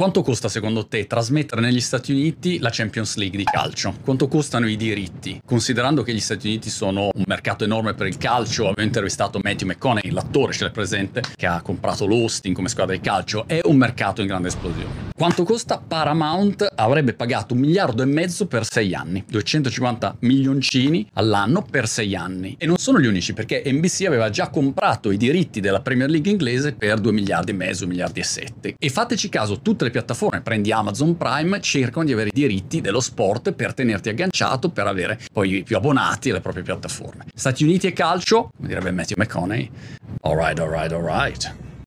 Quanto costa secondo te trasmettere negli Stati Uniti la Champions League di calcio? Quanto costano i diritti? Considerando che gli Stati Uniti sono un mercato enorme per il calcio, avevo intervistato Matthew McConaughey, l'attore, ce l'è presente, che ha comprato l'Austin come squadra di calcio, è un mercato in grande esplosione. Quanto costa? Paramount avrebbe pagato 1,5 miliardi per 6 anni, 250 milioncini all'anno per 6 anni. E non sono gli unici, perché NBC aveva già comprato i diritti della Premier League inglese per 2,5 miliardi, 1,7 miliardi. E fateci caso, tutte le piattaforme, prendi Amazon Prime, cercano di avere i diritti dello sport per tenerti agganciato, per avere poi più abbonati alle proprie piattaforme. Stati Uniti e calcio, come direbbe Matthew McConaughey, all right.